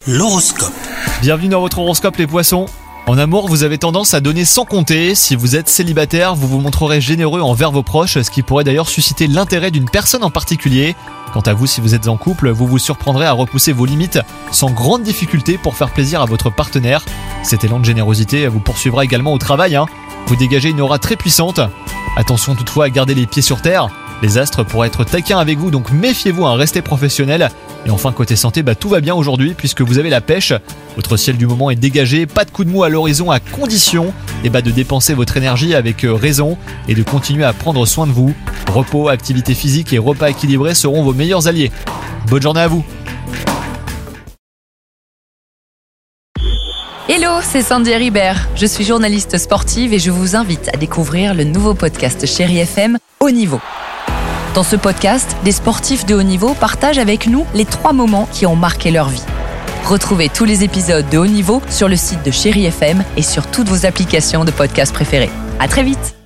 L'horoscope. Bienvenue dans votre horoscope les poissons. En amour, vous avez tendance à donner sans compter. Si vous êtes célibataire, vous vous montrerez généreux envers vos proches, ce qui pourrait d'ailleurs susciter l'intérêt d'une personne en particulier. Quant à vous, si vous êtes en couple, vous vous surprendrez à repousser vos limites sans grande difficulté pour faire plaisir à votre partenaire. Cet élan de générosité vous poursuivra également au travail. Vous dégagez une aura très puissante. Attention toutefois à garder les pieds sur terre. Les astres pourraient être taquins avec vous, donc méfiez-vous, restez professionnel. Et enfin côté santé, tout va bien aujourd'hui puisque vous avez la pêche. Votre ciel du moment est dégagé, pas de coup de mou à l'horizon à condition de dépenser votre énergie avec raison et de continuer à prendre soin de vous. Repos, activité physique et repas équilibrés seront vos meilleurs alliés. Bonne journée à vous. Hello, c'est Sandy Ribert. Je suis journaliste sportive et je vous invite à découvrir le nouveau podcast Chérie FM, Haut Niveau. Dans ce podcast, des sportifs de haut niveau partagent avec nous les 3 moments qui ont marqué leur vie. Retrouvez tous les épisodes de Haut Niveau sur le site de Chérie FM et sur toutes vos applications de podcast préférées. À très vite.